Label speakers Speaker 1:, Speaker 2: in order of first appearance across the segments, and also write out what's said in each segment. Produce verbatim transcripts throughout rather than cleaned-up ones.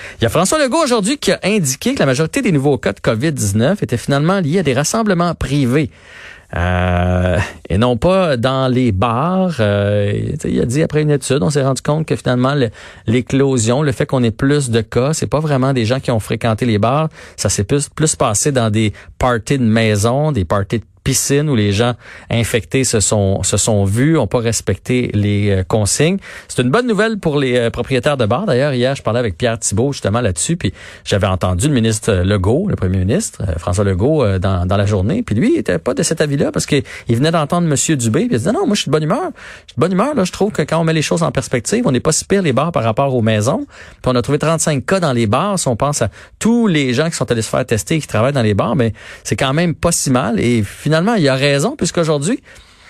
Speaker 1: Il y a François Legault aujourd'hui qui a indiqué que la majorité des nouveaux cas de covid dix-neuf étaient finalement liés à des rassemblements privés. Euh, et non pas dans les bars. Euh, il a dit après une étude, on s'est rendu compte que finalement le, l'éclosion, le fait qu'on ait plus de cas, c'est pas vraiment des gens qui ont fréquenté les bars. Ça s'est plus, plus passé dans des parties de maison, des parties de piscine où les gens infectés se sont se sont vus, ont pas respecté les euh, consignes. C'est une bonne nouvelle pour les euh, propriétaires de bars. D'ailleurs, hier, je parlais avec Pierre Thibault justement là-dessus, puis j'avais entendu le ministre Legault, le premier ministre, euh, François Legault, euh, dans, dans la journée, puis lui, il était pas de cet avis-là parce qu'il venait d'entendre Monsieur Dubé, puis il disait non, moi je suis de bonne humeur. Je suis de bonne humeur, là, je trouve que quand on met les choses en perspective, on n'est pas si pire les bars par rapport aux maisons. Puis on a trouvé trente-cinq cas dans les bars. Si on pense à tous les gens qui sont allés se faire tester et qui travaillent dans les bars, mais c'est quand même pas si mal. Et finalement, il a raison, puisqu'aujourd'hui,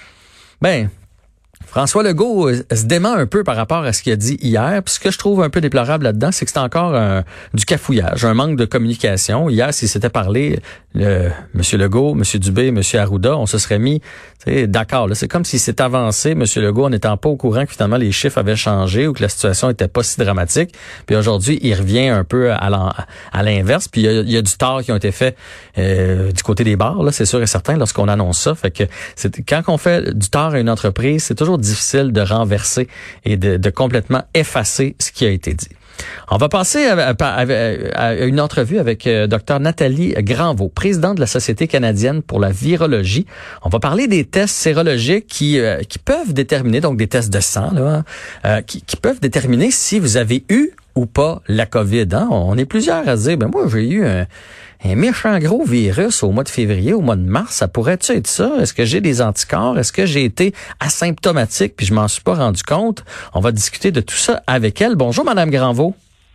Speaker 1: ben, François Legault euh, se dément un peu par rapport à ce qu'il a dit hier. Puis ce que je trouve un peu déplorable là-dedans, c'est que c'est encore un, du cafouillage, un manque de communication. Hier, s'il s'était parlé, le, M. Legault, M. Dubé, M. Arruda, on se serait mis d'accord. Là, c'est comme s'il s'est avancé, M. Legault, en n'étant pas au courant que finalement les chiffres avaient changé ou que la situation était pas si dramatique. Puis aujourd'hui, il revient un peu à, l'en, à l'inverse. Puis il y, a, il y a du tort qui ont été fait euh, du côté des bars, là, c'est sûr et certain, lorsqu'on annonce ça. Fait que c'est, quand on fait du tort à une entreprise, c'est toujours difficile de renverser et de, de complètement effacer ce qui a été dit. On va passer à, à, à une entrevue avec euh, Dr Nathalie Granvaux, présidente de la Société canadienne pour la virologie. On va parler des tests sérologiques qui euh, qui peuvent déterminer, donc des tests de sang, là, euh, qui, qui peuvent déterminer si vous avez eu ou pas la COVID. Hein? On est plusieurs à se dire, ben moi j'ai eu un Un méchant gros virus au mois de février, au mois de mars, ça pourrait-tu être ça? Est-ce que j'ai des anticorps? Est-ce que j'ai été asymptomatique puis je m'en suis pas rendu compte? On va discuter de tout ça avec elle. Bonjour, Madame Granvaux.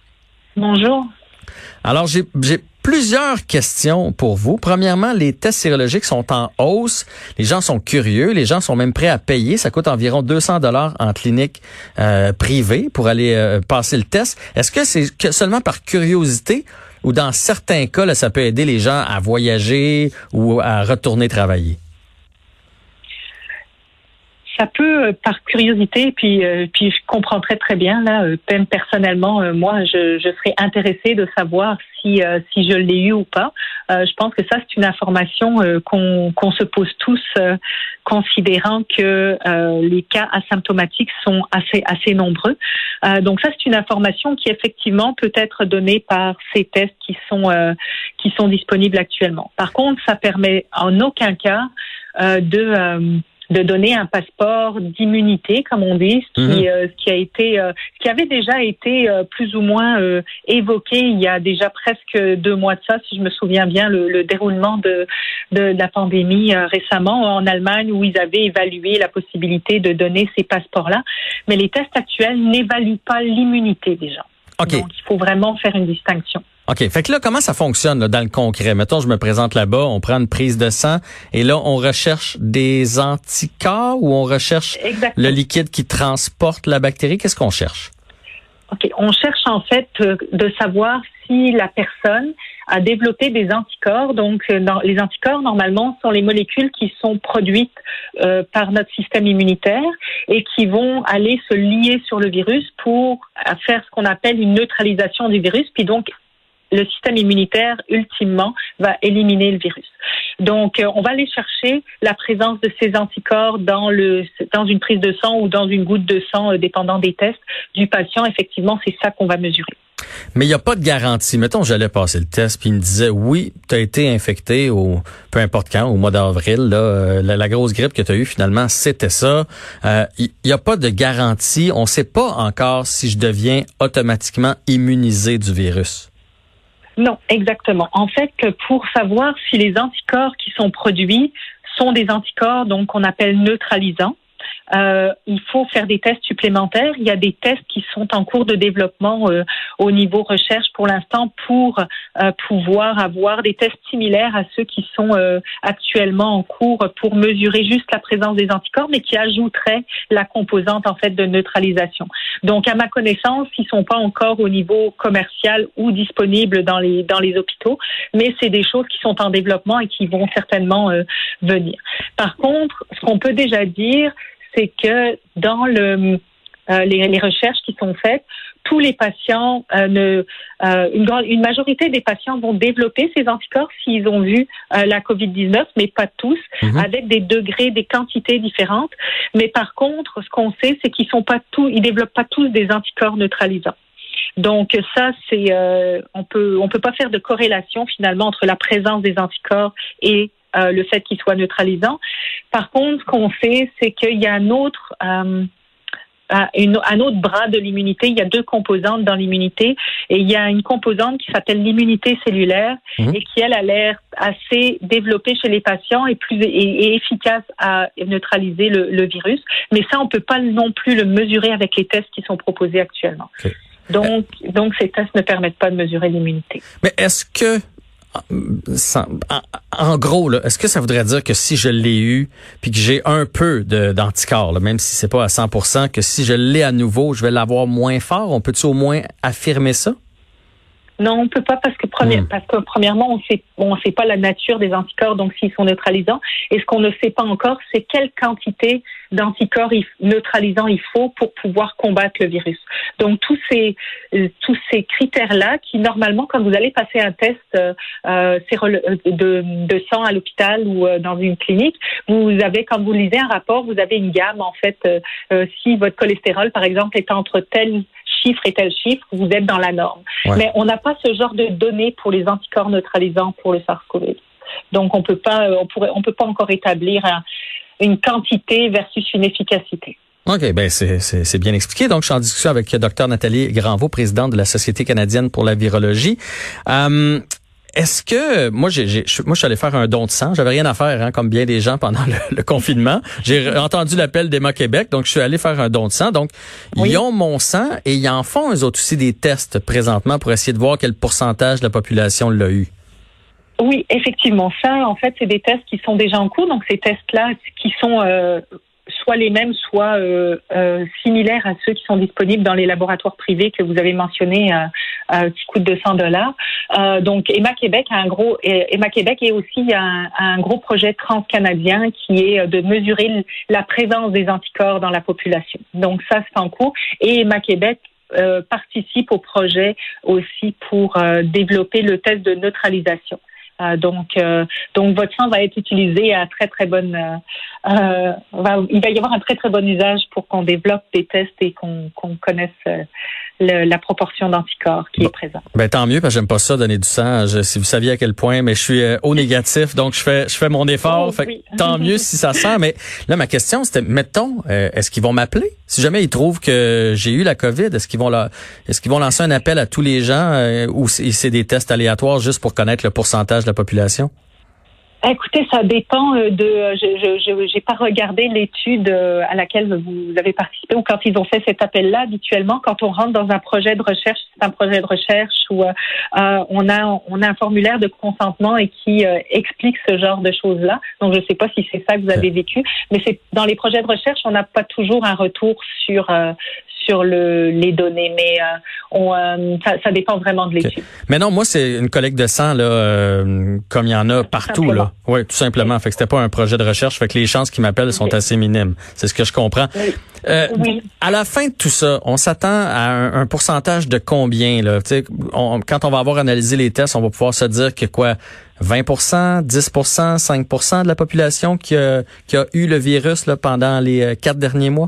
Speaker 2: Bonjour.
Speaker 1: Alors, j'ai, j'ai plusieurs questions pour vous. Premièrement, les tests sérologiques sont en hausse. Les gens sont curieux. Les gens sont même prêts à payer. Ça coûte environ deux cents dollars en clinique euh, privée pour aller euh, passer le test. Est-ce que c'est que seulement par curiosité ou dans certains cas, là, ça peut aider les gens à voyager ou à retourner travailler?
Speaker 2: Ça peut, euh, par curiosité, puis euh, puis je comprends très très bien là. Euh, même personnellement, euh, moi, je, je serais intéressée de savoir si euh, si je l'ai eu ou pas. Euh, je pense que ça c'est une information euh, qu'on qu'on se pose tous, euh, considérant que euh, les cas asymptomatiques sont assez assez nombreux. Euh, donc ça c'est une information qui effectivement peut être donnée par ces tests qui sont euh, qui sont disponibles actuellement. Par contre, ça permet en aucun cas euh, de euh, de donner un passeport d'immunité, comme on dit, ce qui, mmh. euh, ce qui a été, euh, ce qui avait déjà été euh, plus ou moins euh, évoqué il y a déjà presque deux mois de ça, si je me souviens bien, le, le déroulement de, de la pandémie euh, récemment en Allemagne, où ils avaient évalué la possibilité de donner ces passeports-là. Mais les tests actuels n'évaluent pas l'immunité des gens.
Speaker 1: Okay.
Speaker 2: Donc, il faut vraiment faire une distinction.
Speaker 1: OK. Fait que là, comment ça fonctionne là, dans le concret? Mettons, je me présente là-bas, on prend une prise de sang et là, on recherche des anticorps ou on recherche Exactement. Le liquide qui transporte la bactérie. Qu'est-ce qu'on cherche?
Speaker 2: OK. On cherche en fait euh, de savoir si la personne a développé des anticorps. Donc, euh, dans, les anticorps, normalement, sont les molécules qui sont produites euh, par notre système immunitaire et qui vont aller se lier sur le virus pour faire ce qu'on appelle une neutralisation du virus, puis donc le système immunitaire, ultimement, va éliminer le virus. Donc, euh, on va aller chercher la présence de ces anticorps dans le dans une prise de sang ou dans une goutte de sang, euh, dépendant des tests du patient. Effectivement, c'est ça qu'on va mesurer.
Speaker 1: Mais il n'y a pas de garantie. Mettons, j'allais passer le test, puis il me disait, oui, tu as été infecté au peu importe quand, au mois d'avril, là, euh, la, la grosse grippe que tu as eue, finalement, c'était ça. Il euh, n'y a pas de garantie. On ne sait pas encore si je deviens automatiquement immunisé du virus.
Speaker 2: Non, exactement. En fait, pour savoir si les anticorps qui sont produits sont des anticorps donc qu'on appelle neutralisants, Euh, il faut faire des tests supplémentaires. Il y a des tests qui sont en cours de développement euh, au niveau recherche pour l'instant pour euh, pouvoir avoir des tests similaires à ceux qui sont euh, actuellement en cours pour mesurer juste la présence des anticorps, mais qui ajouteraient la composante en fait de neutralisation. Donc, à ma connaissance, ils sont pas encore au niveau commercial ou disponibles dans les dans les hôpitaux, mais c'est des choses qui sont en développement et qui vont certainement euh, venir. Par contre, ce qu'on peut déjà dire, c'est que dans le, euh, les, les recherches qui sont faites, tous les patients, euh, ne, euh, une, grande, une majorité des patients vont développer ces anticorps s'ils ont vu euh, la covid dix-neuf, mais pas tous, mm-hmm. avec des degrés, des quantités différentes. Mais par contre, ce qu'on sait, c'est qu'ils sont pas tous, ils développent pas tous des anticorps neutralisants. Donc ça, c'est, euh, on peut, on peut pas faire de corrélation finalement entre la présence des anticorps et euh, le fait qu'ils soient neutralisants. Par contre, ce qu'on sait, c'est qu'il y a un autre euh, Une, un autre bras de l'immunité. Il y a deux composantes dans l'immunité et il y a une composante qui s'appelle l'immunité cellulaire mmh. et qui, elle, a l'air assez développée chez les patients et plus et, et efficace à neutraliser le, le virus. Mais ça, on peut pas non plus le mesurer avec les tests qui sont proposés actuellement. Okay. Donc, euh, donc, ces tests ne permettent pas de mesurer l'immunité.
Speaker 1: Mais est-ce que En, en gros, là, est-ce que ça voudrait dire que si je l'ai eu puis que j'ai un peu de, d'anticorps, là, même si c'est pas à cent pour cent, que si je l'ai à nouveau, je vais l'avoir moins fort? On peut-tu au moins affirmer ça?
Speaker 2: Non, on peut pas parce que, première, mmh. parce que premièrement, on sait, on sait pas la nature des anticorps, donc s'ils sont neutralisants. Et ce qu'on ne sait pas encore, c'est quelle quantité d'anticorps neutralisants il faut pour pouvoir combattre le virus. Donc tous ces euh, tous ces critères-là, qui normalement, quand vous allez passer un test euh, de, de sang à l'hôpital ou euh, dans une clinique, vous avez, quand vous lisez un rapport, vous avez une gamme en fait. Euh, euh, si votre cholestérol, par exemple, est entre tel chiffre et tel chiffre, vous êtes dans la norme. Ouais. Mais on n'a pas ce genre de données pour les anticorps neutralisants pour le SARS-CoV. Donc on peut pas, on pourrait, on peut pas encore établir un, une quantité versus une efficacité.
Speaker 1: OK, ben c'est, c'est, c'est bien expliqué. Donc, je suis en discussion avec Dr Nathalie Granvaux, présidente de la Société canadienne pour la virologie. Euh, Est-ce que moi j'ai, j'ai moi je suis allé faire un don de sang, j'avais rien à faire hein, comme bien des gens pendant le, le confinement. J'ai entendu l'appel d'Emma Québec, donc je suis allé faire un don de sang. Donc oui. Ils ont mon sang et ils en font eux autres aussi des tests présentement pour essayer de voir quel pourcentage de la population l'a eu.
Speaker 2: Oui, effectivement, ça en fait c'est des tests qui sont déjà en cours, donc ces tests-là qui sont euh, soit les mêmes, soit euh, euh, similaires à ceux qui sont disponibles dans les laboratoires privés que vous avez mentionnés, euh, euh, qui coûtent deux cents dollars. Euh, donc, Emma Québec a un gros, Emma Québec est aussi un, un gros projet transcanadien qui est de mesurer la présence des anticorps dans la population. Donc, ça, c'est en cours. Et Emma Québec euh, participe au projet aussi pour euh, développer le test de neutralisation. Euh, donc, euh, donc votre sang va être utilisé à très très bonne. Euh, euh, va, il va y avoir un très très bon usage pour qu'on développe des tests et qu'on, qu'on connaisse euh, le, la proportion d'anticorps qui bon. est présente.
Speaker 1: Ben tant mieux parce que j'aime pas ça donner du sang. Je, si vous saviez à quel point, mais je suis euh, au négatif, donc je fais je fais mon effort. Oh, fait oui. Tant mieux si ça sent. Mais là ma question c'était, mettons, euh, est-ce qu'ils vont m'appeler si jamais ils trouvent que j'ai eu la COVID? Est-ce qu'ils vont la, est-ce qu'ils vont lancer un appel à tous les gens euh, ou c'est, c'est des tests aléatoires juste pour connaître le pourcentage de la population?
Speaker 2: Écoutez, ça dépend de. Je je j'ai pas regardé l'étude à laquelle vous avez participé ou quand ils ont fait cet appel-là. Habituellement, quand on rentre dans un projet de recherche, c'est un projet de recherche où euh, on a on a un formulaire de consentement et qui euh, explique ce genre de choses-là. Donc, je sais pas si c'est ça que vous avez vécu, mais c'est dans les projets de recherche, on n'a pas toujours un retour sur euh, sur le, les données, mais euh, on, euh, ça, ça dépend vraiment de l'étude. Okay.
Speaker 1: Mais non, moi, c'est une collecte de sang, là, euh, comme il y en a partout, là. Oui, tout simplement. Fait que c'était pas un projet de recherche, fait que les chances qu'ils m'appellent sont okay. assez minimes. C'est ce que je comprends.
Speaker 2: Oui.
Speaker 1: Euh,
Speaker 2: oui.
Speaker 1: À la fin de tout ça, on s'attend à un, un pourcentage de combien, là? Tu sais, on, quand on va avoir analysé les tests, on va pouvoir se dire que quoi, vingt pour cent, dix pour cent, cinq pour cent de la population qui a, qui a eu le virus, là, pendant les quatre derniers mois?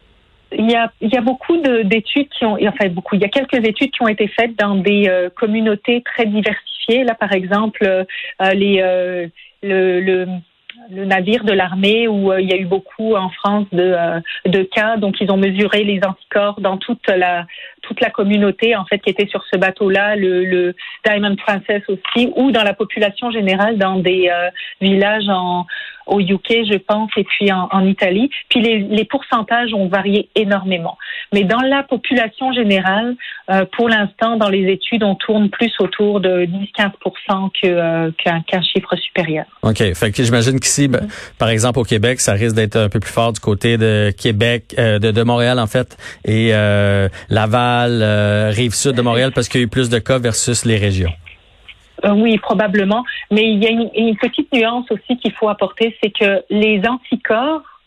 Speaker 2: Il y a, il y a beaucoup de, d'études qui ont, enfin beaucoup, il y a quelques études qui ont été faites dans des euh, communautés très diversifiées. Là, par exemple, euh, les, euh, le, le, le navire de l'armée où euh, il y a eu beaucoup en France de, euh, de cas. Donc, ils ont mesuré les anticorps dans toute la, toute la communauté, en fait, qui était sur ce bateau-là, le, le Diamond Princess aussi, ou dans la population générale, dans des euh, villages en au U K, je pense, et puis en, en Italie. Puis les, les pourcentages ont varié énormément. Mais dans la population générale, euh, pour l'instant, dans les études, on tourne plus autour de dix à quinze pour cent que, euh, qu'un, qu'un chiffre supérieur.
Speaker 1: OK. Fait que j'imagine qu'ici, ben, mm-hmm. par exemple, au Québec, ça risque d'être un peu plus fort du côté de Québec, euh, de, de Montréal, en fait, et euh, Laval, euh, Rive-Sud de Montréal, parce qu'il y a eu plus de cas versus les régions.
Speaker 2: Euh, oui, probablement. Mais il y a une, une petite nuance aussi qu'il faut apporter, c'est que les anticorps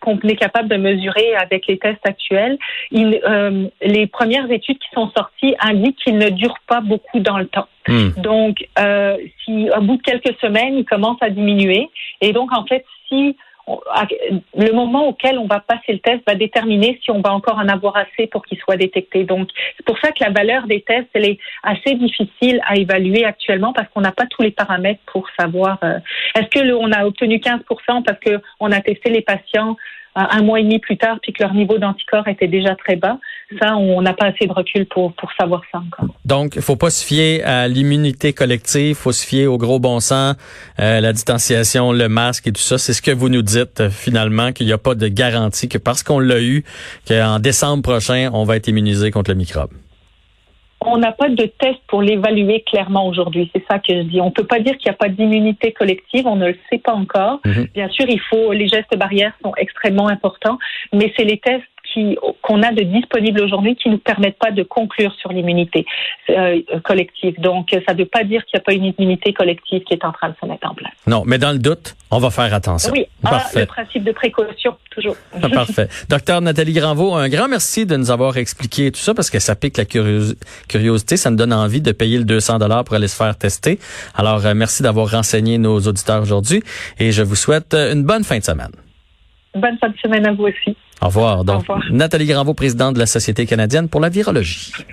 Speaker 2: qu'on est capable de mesurer avec les tests actuels. Il, euh, les premières études qui sont sorties indiquent qu'ils ne durent pas beaucoup dans le temps. Mmh. Donc, euh, si au bout de quelques semaines, ils commencent à diminuer, et donc en fait, si le moment auquel on va passer le test va déterminer si on va encore en avoir assez pour qu'il soit détecté. Donc, c'est pour ça que la valeur des tests, elle est assez difficile à évaluer actuellement parce qu'on n'a pas tous les paramètres pour savoir euh, est-ce que le, on a obtenu quinze pour cent parce que on a testé les patients euh, un mois et demi plus tard puis que leur niveau d'anticorps était déjà très bas. Ça, on n'a pas assez de recul pour pour savoir ça encore.
Speaker 1: Donc, il faut pas se fier à l'immunité collective, il faut se fier au gros bon sens, euh, la distanciation, le masque et tout ça. C'est ce que vous nous dites euh, finalement, qu'il n'y a pas de garantie que parce qu'on l'a eu, qu'en décembre prochain, on va être immunisé contre le microbe.
Speaker 2: On n'a pas de test pour l'évaluer clairement aujourd'hui. C'est ça que je dis. On peut pas dire qu'il n'y a pas d'immunité collective. On ne le sait pas encore. Mm-hmm. Bien sûr, il faut, les gestes barrières sont extrêmement importants, mais c'est les tests qui, qu'on a de disponibles aujourd'hui qui ne nous permettent pas de conclure sur l'immunité euh, collective. Donc, ça ne veut pas dire qu'il n'y a pas une immunité collective qui est en train de se mettre en place.
Speaker 1: Non, mais dans le doute, on va faire attention.
Speaker 2: Oui, ah, le principe de précaution, toujours.
Speaker 1: Parfait. Docteur Nathalie Granvaux, un grand merci de nous avoir expliqué tout ça parce que ça pique la curios- curiosité. Ça nous donne envie de payer le deux cents dollars pour aller se faire tester. Alors, euh, merci d'avoir renseigné nos auditeurs aujourd'hui et je vous souhaite une bonne fin de semaine.
Speaker 2: Bonne fin de semaine à vous aussi.
Speaker 1: Au revoir. Donc,
Speaker 2: Au revoir.
Speaker 1: Nathalie Granvaux, présidente de la Société canadienne pour la virologie.